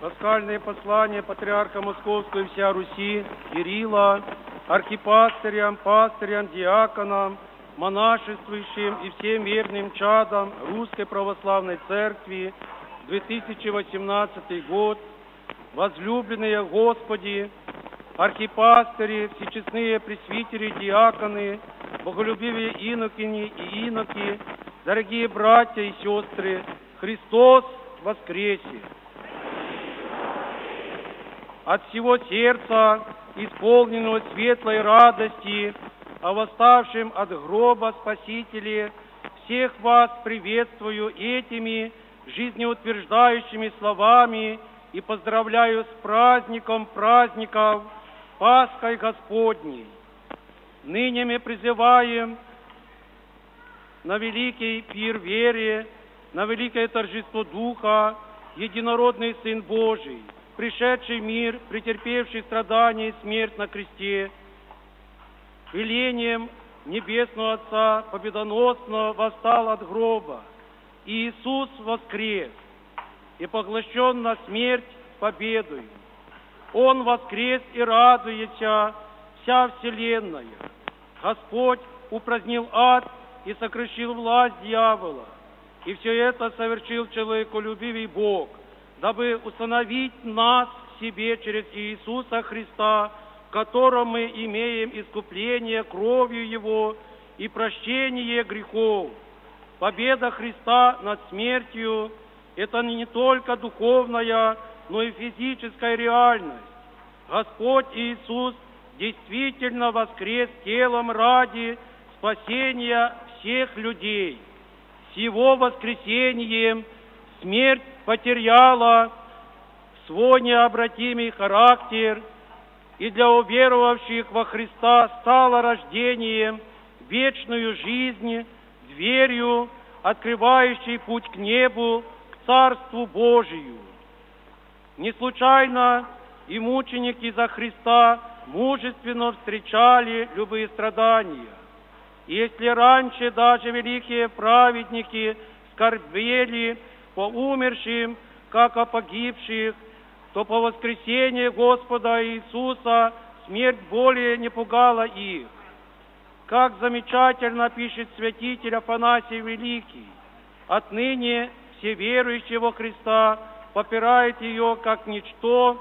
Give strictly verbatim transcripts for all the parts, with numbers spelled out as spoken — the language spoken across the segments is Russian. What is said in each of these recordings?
Пасхальное послание патриарха Московского и вся Руси Кирилла, архипастырям, пастырям, диаконам, монашествующим и всем верным чадам Русской Православной Церкви, две тысячи восемнадцатый год, возлюбленные Господи, архипастыри, всечестные пресвитеры, диаконы, боголюбивые инокини и иноки, дорогие братья и сестры, Христос воскресе! От всего сердца, исполненного светлой радости о восставшем от гроба Спасителе, всех вас приветствую этими жизнеутверждающими словами и поздравляю с праздником праздников Пасхой Господней. Ныне мы призываем на великий пир веры, на великое торжество Духа, единородный Сын Божий, пришедший в мир, претерпевший страдания и смерть на кресте, велением Небесного Отца победоносно восстал от гроба, и Иисус воскрес, и поглощен на смерть победою. Он воскрес, и радуется вся вселенная. Господь упразднил ад и сокрушил власть дьявола, и все это совершил человеколюбивый Бог, дабы установить нас в себе через Иисуса Христа, в котором мы имеем искупление кровью Его и прощение грехов. Победа Христа над смертью – это не только духовная, но и физическая реальность. Господь Иисус действительно воскрес телом ради спасения всех людей. С Его воскресением смерть потеряла свой необратимый характер, и для уверовавших во Христа стало рождением вечную жизнь, дверью, открывающей путь к небу, к Царству Божию. Не случайно и мученики за Христа мужественно встречали любые страдания. И если раньше даже великие праведники скорбели по умершим, как о погибших, то по воскресении Господа Иисуса смерть более не пугала их. Как замечательно пишет святитель Афанасий Великий, отныне все верующие во Христа попирают ее как ничто,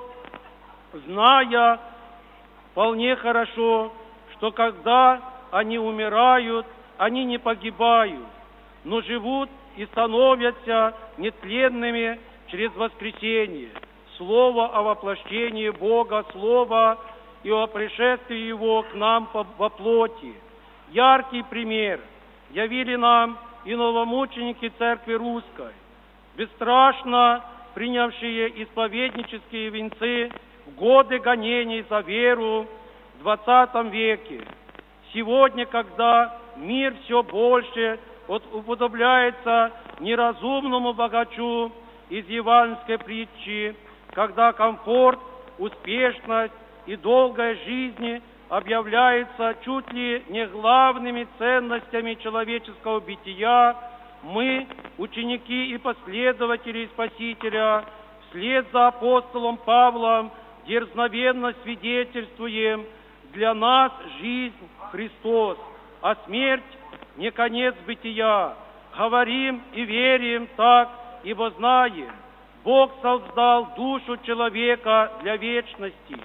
зная вполне хорошо, что когда они умирают, они не погибают, но живут и становятся нетленными через воскресение. Слово о воплощении Бога, Слово и о пришествии Его к нам во плоти. Яркий пример явили нам и новомученики Церкви Русской, бесстрашно принявшие исповеднические венцы в годы гонений за веру в двадцатом веке. Сегодня, когда мир все больше уподобляется неразумному богачу из евангельской притчи, когда комфорт, успешность и долгая жизнь объявляются чуть ли не главными ценностями человеческого бытия, мы, ученики и последователи Спасителя, вслед за апостолом Павлом дерзновенно свидетельствуем: для нас жизнь Христос, а смерть не конец бытия. Говорим и верим так, ибо знаем, Бог создал душу человека для вечности.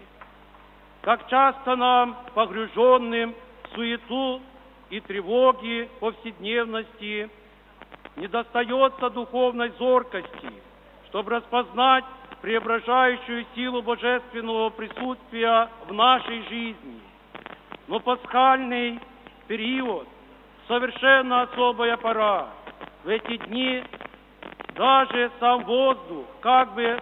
Как часто нам, погруженным в суету и тревоги повседневности, недостается духовной зоркости, чтобы распознать преображающую силу божественного присутствия в нашей жизни. Но пасхальный период – совершенно особая пора. В эти дни даже сам воздух как бы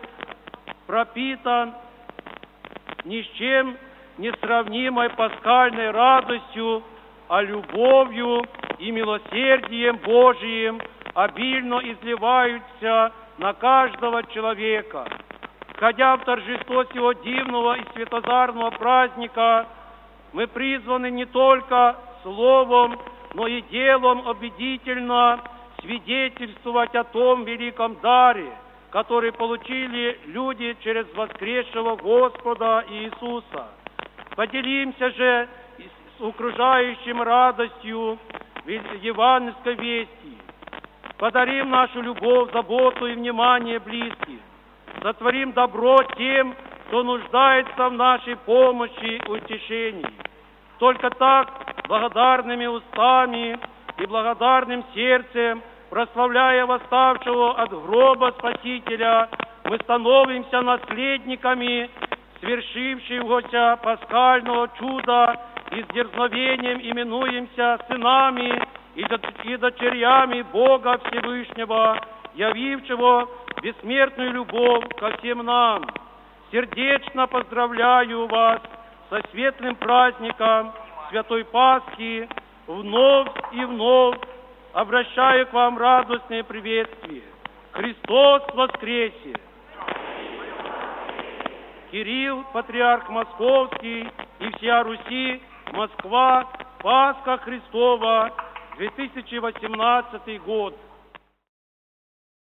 пропитан ни с чем не сравнимой пасхальной радостью, а любовью и милосердием Божиим обильно изливаются на каждого человека. Входя в торжество сего дивного и светозарного праздника, мы призваны не только словом, но и делом убедительно свидетельствовать о том великом даре, который получили люди через воскресшего Господа Иисуса. Поделимся же с окружающим радостью евангельской вести. Подарим нашу любовь, заботу и внимание близких. Сотворим добро тем, кто нуждается в нашей помощи и утешении. Только так, благодарными устами и благодарным сердцем, прославляя восставшего от гроба Спасителя, мы становимся наследниками свершившегося пасхального чуда и с дерзновением именуемся сынами и дочерями Бога Всевышнего, явившего бессмертную любовь ко всем нам. Сердечно поздравляю вас со светлым праздником Святой Пасхи, вновь и вновь обращаю к вам радостное приветствие. Христос воскресе! Кирилл, патриарх Московский и всея Руси, Москва, Пасха Христова, две тысячи восемнадцатый год.